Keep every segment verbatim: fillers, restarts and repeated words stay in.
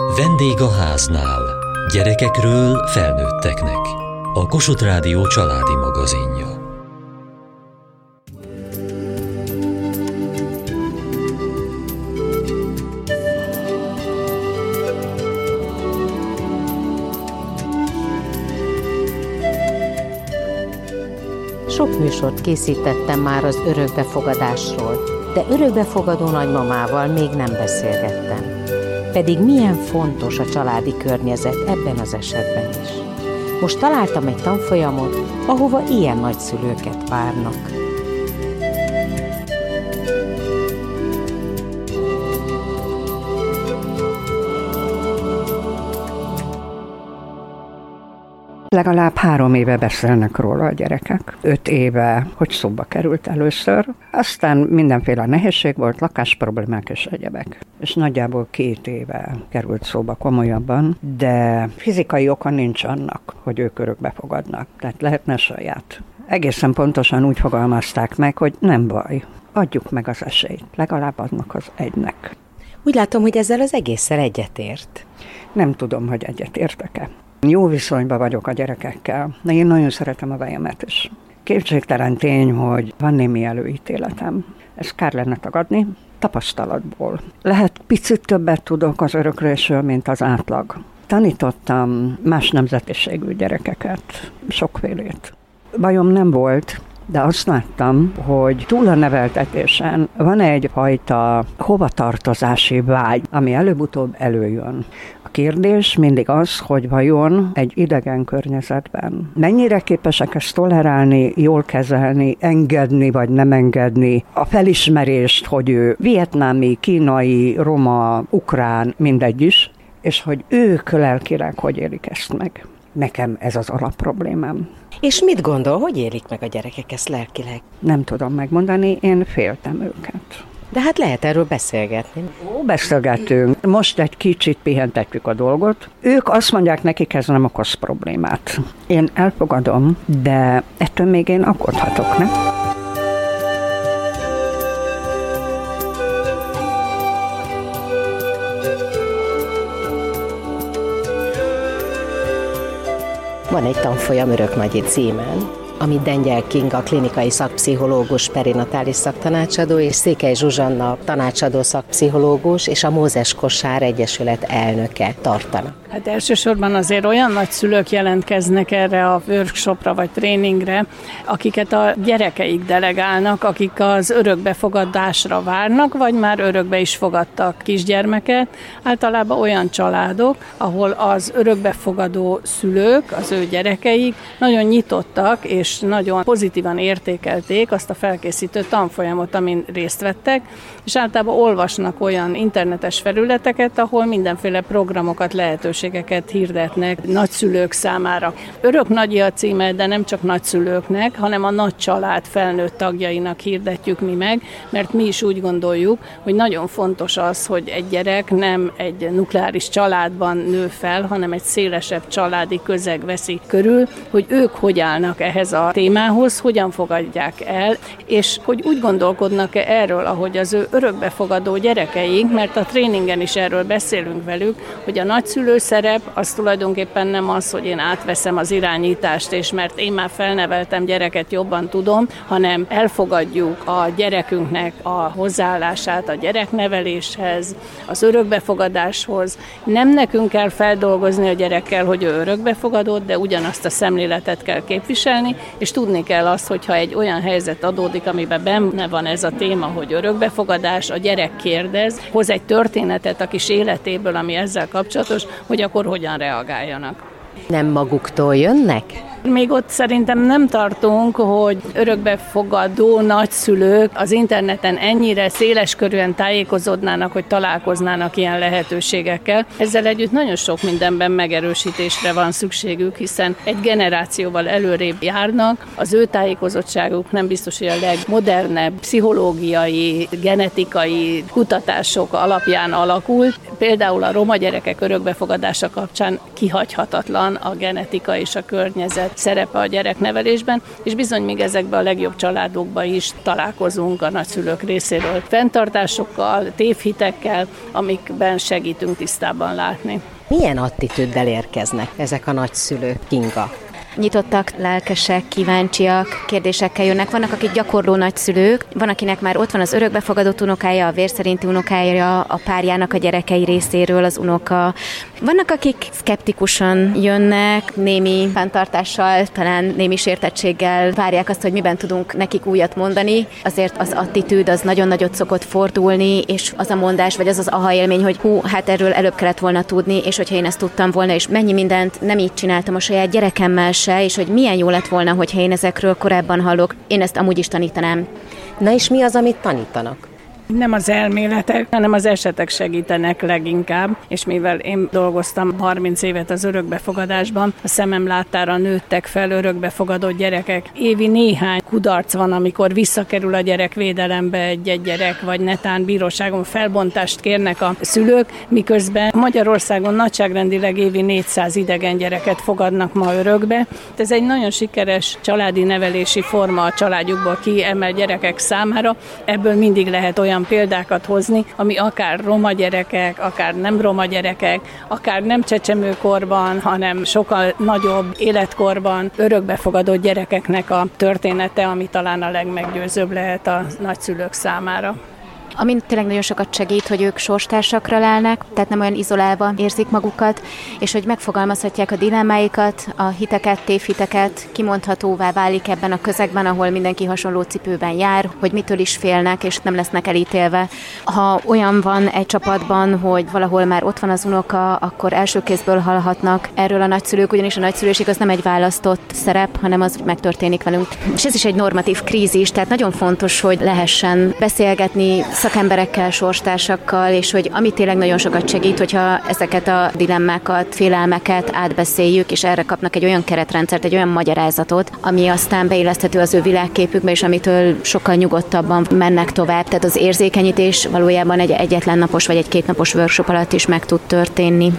Vendég a háznál. Gyerekekről felnőtteknek. A Kossuth Rádió családi magazinja. Sok műsort készítettem már az örökbefogadásról, de örökbefogadó nagymamával még nem beszélgettem. Pedig milyen fontos a családi környezet ebben az esetben is. Most találtam egy tanfolyamot, ahova ilyen nagyszülőket várnak. Legalább három éve beszélnek róla a gyerekek. Öt éve, hogy szóba került először. Aztán mindenféle nehézség volt, lakásproblémák és egyebek. És nagyjából két éve került szóba komolyabban, de fizikai oka nincs annak, hogy ők örökbe fogadnak. Tehát lehetne saját. Egészen pontosan úgy fogalmazták meg, hogy nem baj, adjuk meg az esélyt, legalább annak az egynek. Úgy látom, hogy ezzel az egésszel egyetért. Nem tudom, hogy egyetértek-e. Jó viszonyban vagyok a gyerekekkel, de én nagyon szeretem a vejemet is. Kétségtelen tény, hogy van némi előítéletem. Ezt kár lenne tagadni, tapasztalatból. Lehet picit többet tudok az öröklésről, mint az átlag. Tanítottam más nemzetiségű gyerekeket, sokfélét. Bajom nem volt, de azt láttam, hogy túl a neveltetésen van egyfajta hovatartozási vágy, ami előbb-utóbb előjön. A kérdés mindig az, hogy vajon egy idegen környezetben mennyire képesek ezt tolerálni, jól kezelni, engedni vagy nem engedni, a felismerést, hogy ő vietnámi, kínai, roma, ukrán, mindegy is, és hogy ők lelkileg hogy élik ezt meg. Nekem ez az alapproblémám. És mit gondol, hogy élik meg a gyerekek ezt lelkileg? Nem tudom megmondani, én féltem őket. De hát lehet erről beszélgetni. Ó, beszélgetünk. Most egy kicsit pihentetjük a dolgot. Ők azt mondják, nekik ez nem okoz problémát. Én elfogadom, de ettől még én aggódhatok, ne? Van egy tanfolyam Öröknagyi címen, amit Dengyel Kinga klinikai szakpszichológus, perinatális szaktanácsadó és Székely Zsuzsanna tanácsadó szakpszichológus és a Mózes Kosár Egyesület elnöke tartanak. Hát elsősorban azért olyan nagyszülők jelentkeznek erre a workshopra vagy tréningre, akiket a gyerekeik delegálnak, akik az örökbefogadásra várnak, vagy már örökbe is fogadtak kisgyermeket. Általában olyan családok, ahol az örökbefogadó szülők, az ő gyerekeik nagyon nyitottak és nagyon pozitívan értékelték azt a felkészítő tanfolyamot, amin részt vettek, és általában olvasnak olyan internetes felületeket, ahol mindenféle programokat, lehetőségeket hirdetnek nagyszülők számára. Öröknagyi a címe, de nem csak nagyszülőknek, hanem a nagy család felnőtt tagjainak hirdetjük mi meg, mert mi is úgy gondoljuk, hogy nagyon fontos az, hogy egy gyerek nem egy nukleáris családban nő fel, hanem egy szélesebb családi közeg veszi körül, hogy ők hogy állnak ehhez a témához, hogyan fogadják el, és hogy úgy gondolkodnak-e erről, ahogy az ő örökbefogadó gyerekeink, mert a tréningen is erről beszélünk velük, hogy a nagyszülő szerep az tulajdonképpen nem az, hogy én átveszem az irányítást, és mert én már felneveltem gyereket, jobban tudom, hanem elfogadjuk a gyerekünknek a hozzáállását a gyerekneveléshez, az örökbefogadáshoz. Nem nekünk kell feldolgozni a gyerekkel, hogy ő örökbefogadott, de ugyanazt a szemléletet kell képviselni, és tudni kell azt, hogyha egy olyan helyzet adódik, amiben benne van ez a téma, hogy örökbefogadás, a gyerek kérdez, hoz egy történetet a kis életéből, ami ezzel kapcsolatos, hogy akkor hogyan reagáljanak. Nem maguktól jönnek? Még ott szerintem nem tartunk, hogy örökbefogadó nagyszülők az interneten ennyire széleskörűen tájékozódnának, hogy találkoznának ilyen lehetőségekkel. Ezzel együtt nagyon sok mindenben megerősítésre van szükségük, hiszen egy generációval előrébb járnak, az ő tájékozottságuk nem biztos, hogy a legmodernebb pszichológiai, genetikai kutatások alapján alakult. Például a roma gyerekek örökbefogadása kapcsán kihagyhatatlan a genetika és a környezet lehet szerepe a gyereknevelésben, és bizony még ezekben a legjobb családokban is találkozunk a nagyszülők részéről fenntartásokkal, tévhitekkel, amikben segítünk tisztában látni. Milyen attitűddel érkeznek ezek a nagyszülők, Kinga? Nyitottak, lelkesek, kíváncsiak, kérdésekkel jönnek. Vannak, akik gyakorló nagyszülők, van, akinek már ott van az örökbefogadott unokája, a vérszerinti unokája, a párjának a gyerekei részéről az unoka. Vannak, akik szkeptikusan jönnek, némi fenntartással, talán némi sértettséggel várják azt, hogy miben tudunk nekik újat mondani. Azért az attitűd az nagyon nagyot szokott fordulni, és az a mondás, vagy az az aha élmény, hogy hú, hát erről előbb kellett volna tudni, és hogyha én ezt tudtam volna, és mennyi mindent nem így csináltam a saját gyerekemmel se, és hogy milyen jó lett volna, hogyha én ezekről korábban hallok, én ezt amúgy is tanítanám. Na és mi az, amit tanítanak? Nem az elméletek, hanem az esetek segítenek leginkább, és mivel én dolgoztam harminc évet az örökbefogadásban, a szemem láttára nőttek fel örökbefogadott gyerekek. Évi néhány kudarc van, amikor visszakerül a gyerek védelembe egy-egy gyerek, vagy netán bíróságon felbontást kérnek a szülők, miközben Magyarországon nagyságrendileg évi négyszáz idegen gyereket fogadnak ma örökbe. Ez egy nagyon sikeres családi nevelési forma a családjukból kiemelt gyerekek számára. Ebből mindig lehet olyan példákat hozni, ami akár roma gyerekek, akár nem roma gyerekek, akár nem csecsemőkorban, hanem sokkal nagyobb életkorban örökbefogadott gyerekeknek a története, ami talán a legmeggyőzőbb lehet a nagyszülők számára. Amin tényleg nagyon sokat segít, hogy ők sorstársakra lelnek, tehát nem olyan izolálva érzik magukat, és hogy megfogalmazhatják a dilemmáikat, a hiteket, tévhiteket, kimondhatóvá válik ebben a közegben, ahol mindenki hasonló cipőben jár, hogy mitől is félnek, és nem lesznek elítélve. Ha olyan van egy csapatban, hogy valahol már ott van az unoka, akkor első kézből hallhatnak erről a nagyszülők, ugyanis a nagyszülőség az nem egy választott szerep, hanem az megtörténik velünk. És ez is egy normatív krízis, tehát nagyon fontos, hogy lehessen beszélgetni szakemberekkel, sorstársakkal, és hogy ami tényleg nagyon sokat segít, hogyha ezeket a dilemmákat, félelmeket átbeszéljük, és erre kapnak egy olyan keretrendszert, egy olyan magyarázatot, ami aztán beilleszthető az ő világképükbe, és amitől sokkal nyugodtabban mennek tovább. Tehát az érzékenyítés valójában egy egyetlen napos vagy egy kétnapos workshop alatt is meg tud történni.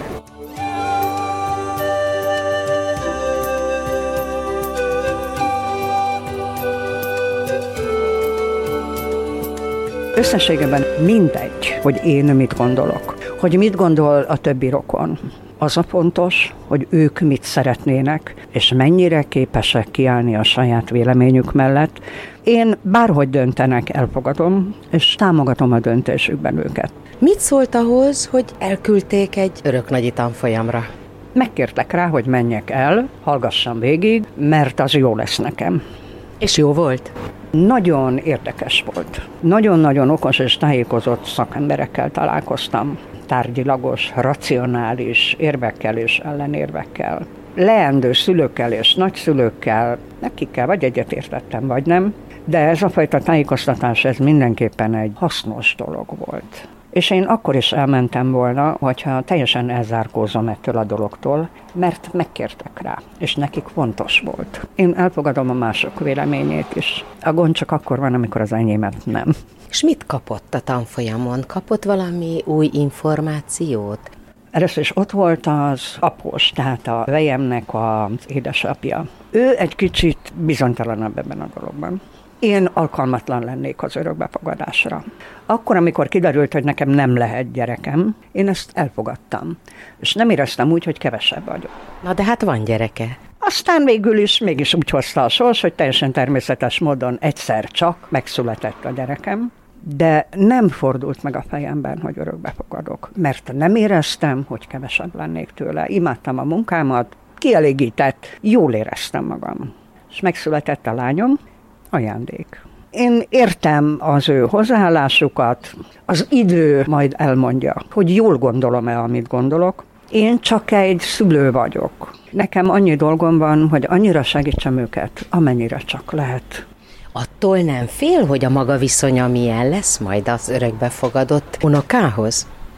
Összességében mindegy, hogy én mit gondolok, hogy mit gondol a többi rokon. Az a fontos, hogy ők mit szeretnének, és mennyire képesek kiállni a saját véleményük mellett. Én bárhogy döntenek, elfogadom, és támogatom a döntésükben őket. Mit szólt ahhoz, hogy elküldték egy öröknagyi tanfolyamra? Megkértek rá, hogy menjek el, hallgassam végig, mert az jó lesz nekem. És jó volt? Nagyon érdekes volt. Nagyon-nagyon okos és tájékozott szakemberekkel találkoztam. Tárgyilagos, racionális érvekkel és ellenérvekkel. Leendő szülőkkel és nagyszülőkkel, nekikkel vagy egyetértettem, vagy nem. De ez a fajta tájékoztatás, ez mindenképpen egy hasznos dolog volt. És én akkor is elmentem volna, hogyha teljesen elzárkózom ettől a dologtól, mert megkértek rá, és nekik fontos volt. Én elfogadom a mások véleményét is. A gond csak akkor van, amikor az enyémet nem. És mit kapott a tanfolyamon? Kapott valami új információt? Először is ott volt az após, tehát a vejemnek az édesapja. Ő egy kicsit bizonytalanabb ebben a dologban. Én alkalmatlan lennék az örökbefogadásra. Akkor, amikor kiderült, hogy nekem nem lehet gyerekem, én ezt elfogadtam. És nem éreztem úgy, hogy kevesebb vagyok. Na de hát van gyereke. Aztán végül is mégis úgy hozta a sors, hogy teljesen természetes módon egyszer csak megszületett a gyerekem, de nem fordult meg a fejemben, hogy örökbefogadok, mert nem éreztem, hogy kevesebb lennék tőle. Imádtam a munkámat, kielégített, jól éreztem magam. És megszületett a lányom, ajándék. Én értem az ő hozzáállásukat, az idő majd elmondja, hogy jól gondolom-e, amit gondolok. Én csak egy szülő vagyok. Nekem annyi dolgom van, hogy annyira segítsem őket, amennyire csak lehet. Attól nem fél, hogy a maga viszonya milyen lesz majd az örökbefogadott unokához? Nem.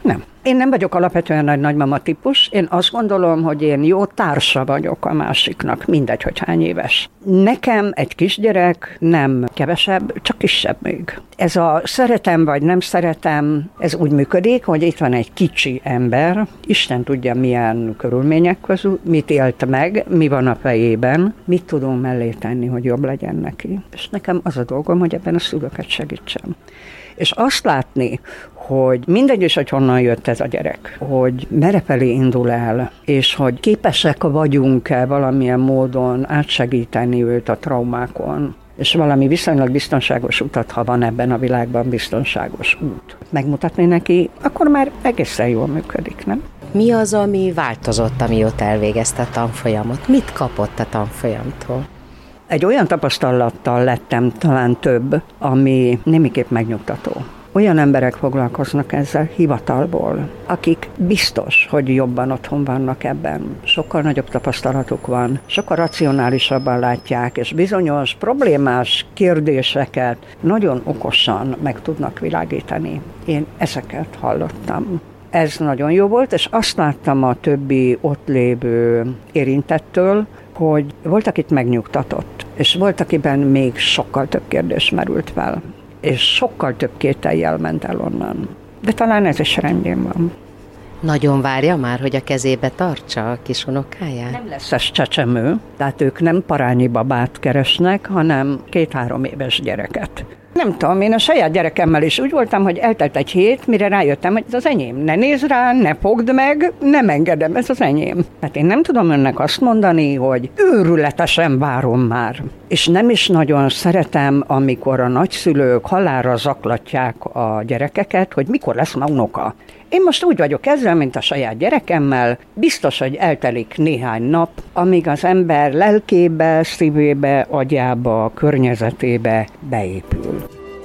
Én nem vagyok alapvetően nagy nagymama típus, én azt gondolom, hogy én jó társa vagyok a másiknak, mindegy, hogy hány éves. Nekem egy kisgyerek nem kevesebb, csak kisebb még. Ez a szeretem vagy nem szeretem, ez úgy működik, hogy itt van egy kicsi ember, Isten tudja milyen körülmények közül, mit élt meg, mi van a fejében, mit tudunk mellé tenni, hogy jobb legyen neki. És nekem az a dolgom, hogy ebben a szülőket segítsem. És azt látni, hogy mindegy is, hogy honnan jött ez a gyerek, hogy merre felé indul el, és hogy képesek vagyunk-e valamilyen módon átsegíteni őt a traumákon, és valami viszonylag biztonságos utat, ha van ebben a világban biztonságos út, megmutatni neki, akkor már egészen jól működik, nem? Mi az, ami változott, amióta elvégezte a tanfolyamot? Mit kapott a tanfolyamtól? Egy olyan tapasztalattal lettem talán több, ami némiképp megnyugtató. Olyan emberek foglalkoznak ezzel hivatalból, akik biztos, hogy jobban otthon vannak ebben. Sokkal nagyobb tapasztalatuk van, sokkal racionálisabban látják, és bizonyos problémás kérdéseket nagyon okosan meg tudnak világítani. Én ezeket hallottam. Ez nagyon jó volt, és azt láttam a többi ott lévő érintettől, hogy volt, akit megnyugtatott, és volt, akiben még sokkal több kérdés merült fel, és sokkal több kétellyel ment el onnan. De talán ez is rendjén van. Nagyon várja már, hogy a kezébe tartsa a kis unokáját? Nem lesz ez csecsemő, tehát ők nem parányi babát keresnek, hanem két-három éves gyereket. Nem tudom, én a saját gyerekemmel is úgy voltam, hogy eltelt egy hét, mire rájöttem, hogy ez az enyém. Ne nézz rá, ne fogd meg, nem engedem, ez az enyém. Hát én nem tudom önnek azt mondani, hogy őrületesen várom már. És nem is nagyon szeretem, amikor a nagyszülők halálra zaklatják a gyerekeket, hogy mikor lesz ma unoka. Én most úgy vagyok ezzel, mint a saját gyerekemmel, biztos, hogy eltelik néhány nap, amíg az ember lelkébe, szívébe, agyába, környezetébe beépül.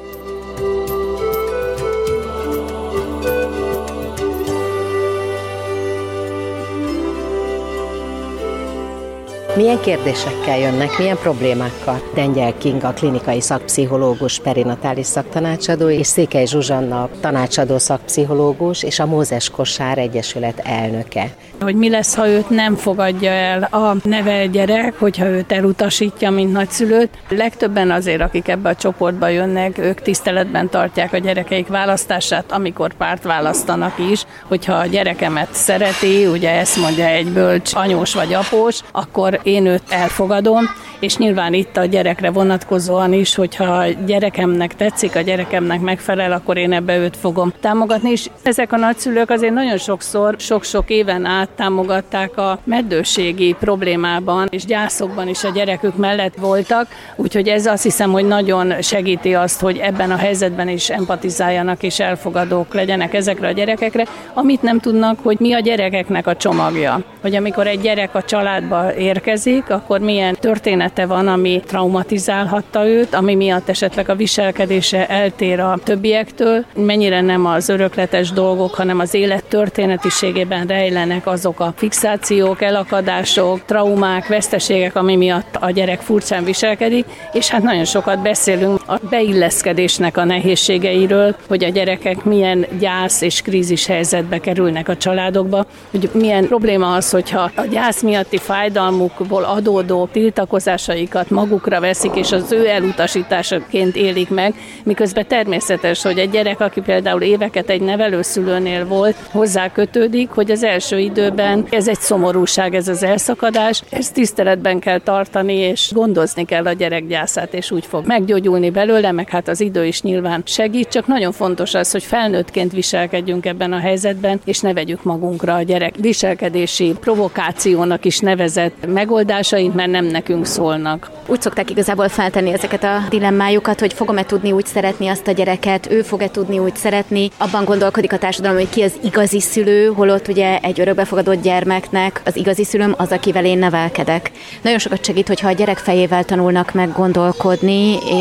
Milyen kérdésekkel jönnek, milyen problémákkal? Dengyel Kinga, klinikai szakpszichológus, perinatális szaktanácsadó, és Székely Zsuzsanna, tanácsadó szakpszichológus, és a Mózes Kosár Egyesület elnöke. Hogy mi lesz, ha őt nem fogadja el a nevelt gyerek, hogyha őt elutasítja, mint nagyszülőt. Legtöbben azért, akik ebbe a csoportba jönnek, ők tiszteletben tartják a gyerekeik választását, amikor párt választanak is, hogyha a gyerekemet szereti, ugye ezt mondja egy bölcs anyós vagy após, akkor én őt elfogadom, és nyilván itt a gyerekre vonatkozóan is, hogyha a gyerekemnek tetszik, a gyerekemnek megfelel, akkor én ebbe őt fogom támogatni, és ezek a nagyszülők azért nagyon sokszor, sok-sok éven át támogatták a meddőségi problémában, és gyászokban is a gyerekük mellett voltak, úgyhogy ez azt hiszem, hogy nagyon segíti azt, hogy ebben a helyzetben is empatizáljanak és elfogadók legyenek ezekre a gyerekekre, amit nem tudnak, hogy mi a gyerekeknek a csomagja. Hogy amikor egy gyerek a családba érkezik, akkor milyen története van, ami traumatizálhatta őt, ami miatt esetleg a viselkedése eltér a többiektől, mennyire nem az örökletes dolgok, hanem az élet történetiségében rejlenek azok a fixációk, elakadások, traumák, veszteségek, ami miatt a gyerek furcsán viselkedik, és hát nagyon sokat beszélünk a beilleszkedésnek a nehézségeiről, hogy a gyerekek milyen gyász és krízis helyzetbe kerülnek a családokba, hogy milyen probléma az, hogyha a gyász miatti fájdalmukból adódó tiltakozásaikat magukra veszik, és az ő elutasításaként élik meg, miközben természetes, hogy egy gyerek, aki például éveket egy nevelőszülőnél volt, hozzá kötődik, hogy az első időben ez egy szomorúság, ez az elszakadás, ezt tiszteletben kell tartani, és gondozni kell a gyerek gyászát, és úgy fog meggyógyulni belőle, meg hát az idő is nyilván segít, csak nagyon fontos az, hogy felnőttként viselkedjünk ebben a helyzetben, és ne vegyük magunkra a gyerek viselkedési provokációnak is nevezett megoldásait, mert nem nekünk szólnak. Úgy szokták igazából feltenni ezeket a dilemmájukat, hogy fogom-e tudni úgy szeretni azt a gyereket, ő fog-e tudni úgy szeretni. Abban gondolkodik a társadalom, hogy ki az igazi szülő, holott ugye egy örökbefogadott gyermeknek az igazi szülőm az, akivel én nevelkedek. Nagyon sokat segít, hogyha a gyerek fejével tanulnak meg gondolkodni, és nem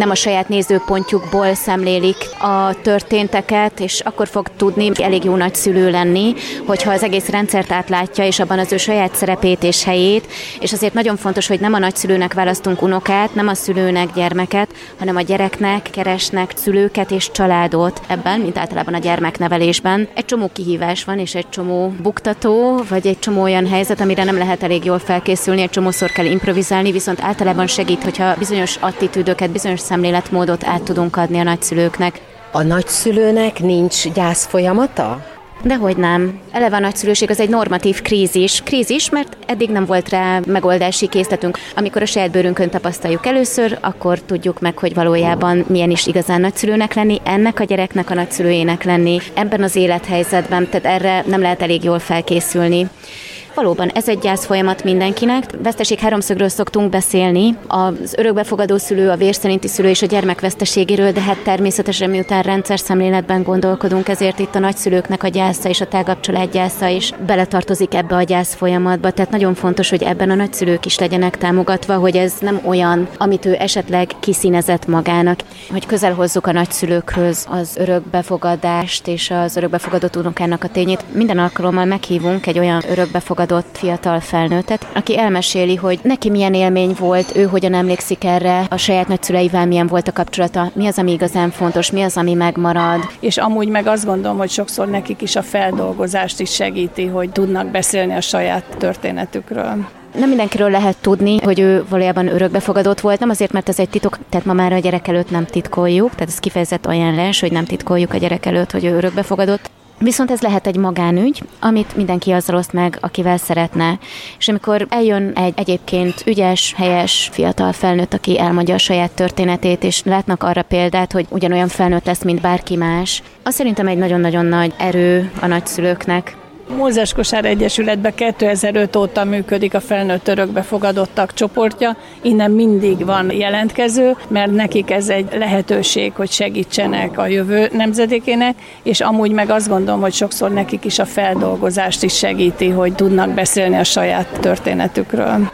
nem a saját nézőpontjukból szemlélik a történteket, és akkor fog tudni elég jó nagyszülő lenni, hogyha az egész rendszert átlátja, és abban az ő saját szerepét és helyét, és azért nagyon fontos, hogy nem a nagyszülőnek választunk unokát, nem a szülőnek gyermeket, hanem a gyereknek keresnek szülőket és családot ebben, mint általában a gyermeknevelésben. Egy csomó kihívás van, és egy csomó buktató, vagy egy csomó olyan helyzet, amire nem lehet elég jól felkészülni, egy csomószor kell improvizálni, viszont általában segít, hogyha bizonyos attitűdöket, bizonyos szemléletmódot át tudunk adni a nagyszülőknek. A nagyszülőnek nincs gyász folyamata? Dehogy nem. Eleve a nagyszülőség az egy normatív krízis. Krízis, mert eddig nem volt rá megoldási készletünk. Amikor a saját bőrünkön tapasztaljuk először, akkor tudjuk meg, hogy valójában milyen is igazán nagyszülőnek lenni, ennek a gyereknek a nagyszülőjének lenni, ebben az élethelyzetben, tehát erre nem lehet elég jól felkészülni. Valóban ez egy gyász folyamat mindenkinek. Veszteség háromszögről szoktunk beszélni, az örökbefogadó szülő, a vérszerinti szülő és a gyermek veszteségéről, de hát természetesen miután rendszer szemléletben gondolkodunk, ezért itt a nagyszülőknek a gyásza és a tágabb család gyásza is beletartozik ebbe a gyász folyamatba. Tehát nagyon fontos, hogy ebben a nagyszülők is legyenek támogatva, hogy ez nem olyan, amit ő esetleg kiszínezett magának, hogy közel hozzuk a nagyszülőkhöz az örökbefogadást és az örökbefogadott unokának a tényét. Minden alkalommal meghívunk egy olyan örökbefogadó adott fiatal felnőttet, aki elmeséli, hogy neki milyen élmény volt, ő hogyan emlékszik erre, a saját nagyszüleivel milyen volt a kapcsolata, mi az, ami igazán fontos, mi az, ami megmarad. És amúgy meg azt gondolom, hogy sokszor nekik is a feldolgozást is segíti, hogy tudnak beszélni a saját történetükről. Nem mindenkiről lehet tudni, hogy ő valójában örökbefogadott volt, nem azért, mert ez egy titok, tehát ma már a gyerek előtt nem titkoljuk, tehát ez kifejezett ajánlás, hogy nem titkoljuk a gyerek előtt, hogy ő örökbefogadott. Viszont ez lehet egy magánügy, amit mindenki azzal oszt meg, akivel szeretne. És amikor eljön egy egyébként ügyes, helyes, fiatal felnőtt, aki elmondja a saját történetét, és látnak arra példát, hogy ugyanolyan felnőtt lesz, mint bárki más, az szerintem egy nagyon-nagyon nagy erő a nagyszülőknek. A Mózes Kosár Egyesületben kétezer-öt óta működik a felnőtt örökbefogadottak csoportja, innen mindig van jelentkező, mert nekik ez egy lehetőség, hogy segítsenek a jövő nemzedékének, és amúgy meg azt gondolom, hogy sokszor nekik is a feldolgozást is segíti, hogy tudnak beszélni a saját történetükről.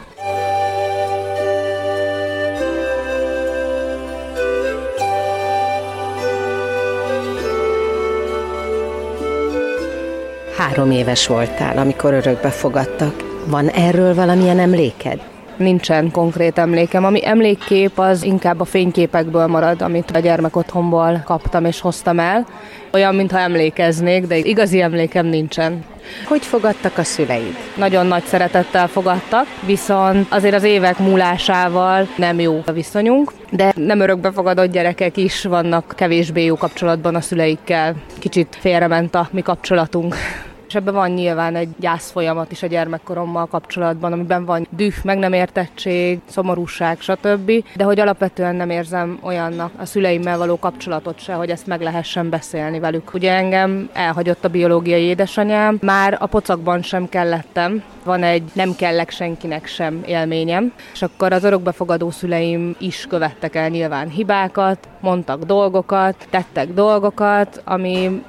Három éves voltál, amikor örökbe fogadtak. Van erről valamilyen emléked? Nincsen konkrét emlékem. Ami emlékkép, az inkább a fényképekből marad, amit a gyermekotthonból kaptam és hoztam el. Olyan, mintha emlékeznék, de igazi emlékem nincsen. Hogy fogadtak a szüleid? Nagyon nagy szeretettel fogadtak, viszont azért az évek múlásával nem jó a viszonyunk, de nem örökbefogadott gyerekek is vannak kevésbé jó kapcsolatban a szüleikkel. Kicsit félrement a mi kapcsolatunk. És ebben van nyilván egy gyászfolyamat is a gyermekkorommal kapcsolatban, amiben van düh, meg nem értettség, szomorúság, stb. De hogy alapvetően nem érzem olyannak a szüleimmel való kapcsolatot se, hogy ezt meg lehessen beszélni velük. Ugye engem elhagyott a biológiai édesanyám, már a pocakban sem kellettem, van egy nem kellek senkinek sem élményem, és akkor az örökbefogadó szüleim is követtek el nyilván hibákat, mondtak dolgokat, tettek dolgokat, ami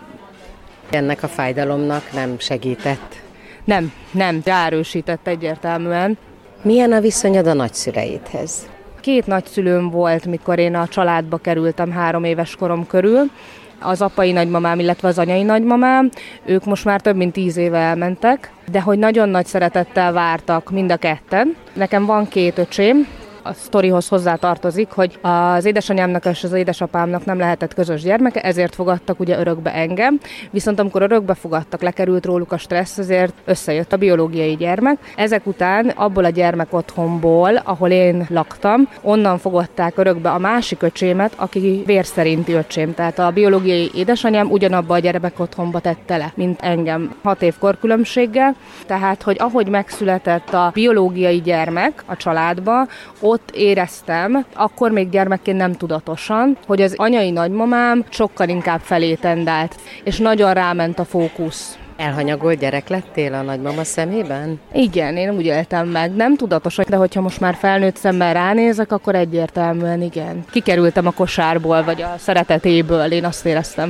ennek a fájdalomnak nem segített? Nem, nem, ráerősített egyértelműen. Milyen a viszonyod a nagyszüleidhez? Két nagyszülőm volt, mikor én a családba kerültem három éves korom körül. Az apai nagymamám, illetve az anyai nagymamám, ők most már több mint tíz éve elmentek, de hogy nagyon nagy szeretettel vártak mind a ketten. Nekem van két öcsém, a sztorihoz hozzátartozik, hogy az édesanyámnak és az édesapámnak nem lehetett közös gyermeke, ezért fogadtak ugye örökbe engem. Viszont amikor örökbe fogadtak, lekerült róluk a stressz, ezért összejött a biológiai gyermek. Ezek után abból a gyermekotthonból, ahol én laktam, onnan fogadták örökbe a másik öcsémet, aki vérszerinti öcsém. Tehát a biológiai édesanyám ugyanabba a gyermekotthonba tette le, mint engem, hat év korkülönbséggel. Tehát, hogy ahogy megszületett a biológiai gyermek a családba, ott éreztem, akkor még gyermekként nem tudatosan, hogy az anyai nagymamám sokkal inkább felé tendált, és nagyon ráment a fókusz. Elhanyagolt gyerek lettél a nagymama szemében? Igen, én úgy éltem meg, nem tudatosan, de hogyha most már felnőtt szemmel ránézek, akkor egyértelműen igen. Kikerültem a kosárból, vagy a szeretetéből, én azt éreztem.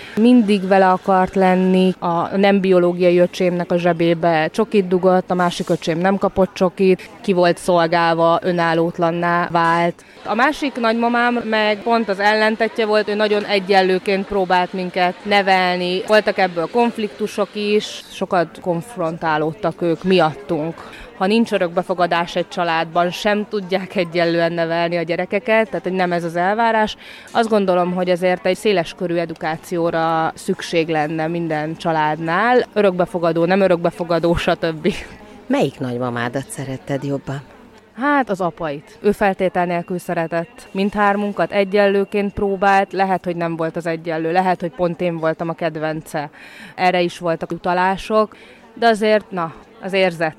mindig vele akart lenni, a nem biológiai öcsémnek a zsebébe csokit dugott, a másik öcsém nem kapott csokit, ki volt szolgálva, önállótlanná vált. A másik nagymamám meg pont az ellentetje volt, ő nagyon egyenlőként próbált minket nevelni. Voltak ebből konfliktusok is, sokat konfrontálódtak ők miattunk. Ha nincs örökbefogadás egy családban, sem tudják egyenlően nevelni a gyerekeket, tehát hogy nem ez az elvárás. Azt gondolom, hogy azért egy széleskörű edukációra szükség lenne minden családnál. Örökbefogadó, nem örökbefogadó, stb. Melyik nagymamádat szeretted jobban? Hát az apait. Ő feltétel nélkül szeretett. Mindhármunkat egyenlőként próbált, lehet, hogy nem volt az egyenlő, lehet, hogy pont én voltam a kedvence. Erre is voltak utalások, de azért, na, az érzet.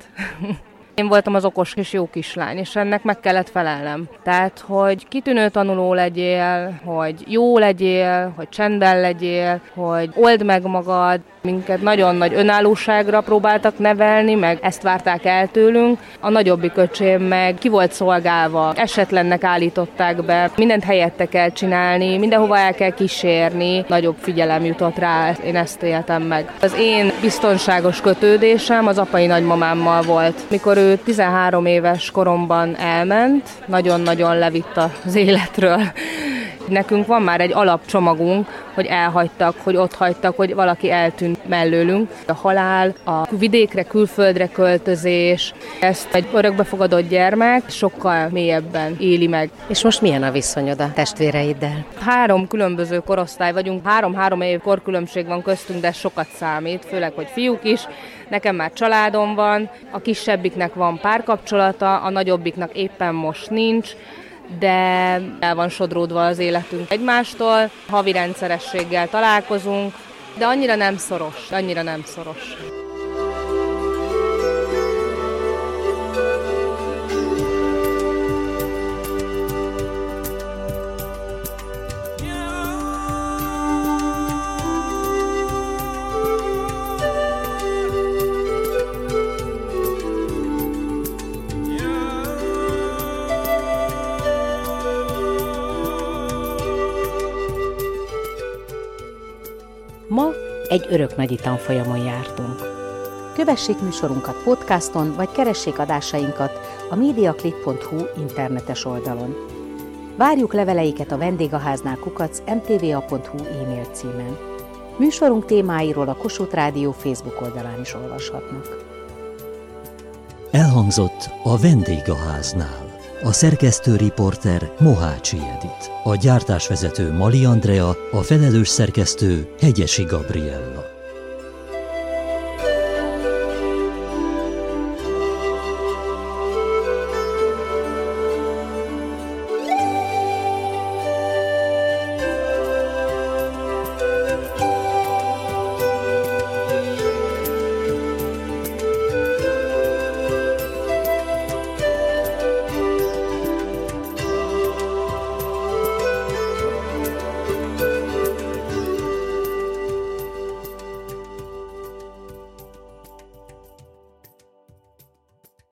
Én voltam az okos és jó kislány, és ennek meg kellett felelnem. Tehát, hogy kitűnő tanuló legyél, hogy jó legyél, hogy csendben legyél, hogy old meg magad. Minket nagyon nagy önállóságra próbáltak nevelni, meg ezt várták el tőlünk. A nagyobbik öcsém meg ki volt szolgálva, esetlennek állították be, mindent helyette kell csinálni, mindenhova el kell kísérni, nagyobb figyelem jutott rá, én ezt éltem meg. Az én biztonságos kötődésem az apai nagymamámmal volt. Mikor ő tizenhárom éves koromban elment, nagyon-nagyon levitt az életről. Nekünk van már egy alapcsomagunk, hogy elhagytak, hogy ott hagytak, hogy valaki eltűnt mellőlünk. A halál, a vidékre, külföldre költözés, ezt egy örökbefogadott gyermek sokkal mélyebben éli meg. És most milyen a viszonyod a testvéreiddel? Három különböző korosztály vagyunk, három-három év korkülönbség van köztünk, de sokat számít, főleg, hogy fiúk is. Nekem már családom van, a kisebbiknek van párkapcsolata, a nagyobbiknak éppen most nincs, de el van sodródva az életünk egymástól, havi rendszerességgel találkozunk, de annyira nem szoros, annyira nem szoros. Ma egy öröknagyi tanfolyamon jártunk. Kövessék műsorunkat podcaston, vagy keressék adásainkat a mediaclick pont hu internetes oldalon. Várjuk leveleiket a vendégháznál kukac em té vé á pont hu e-mail címen. Műsorunk témáiról a Kossuth Rádió Facebook oldalán is olvashatnak. Elhangzott a Vendégháznál. A szerkesztő riporter Mohácsi Edit, a gyártásvezető Mali Andrea, a felelős szerkesztő Hegyesi Gabriella.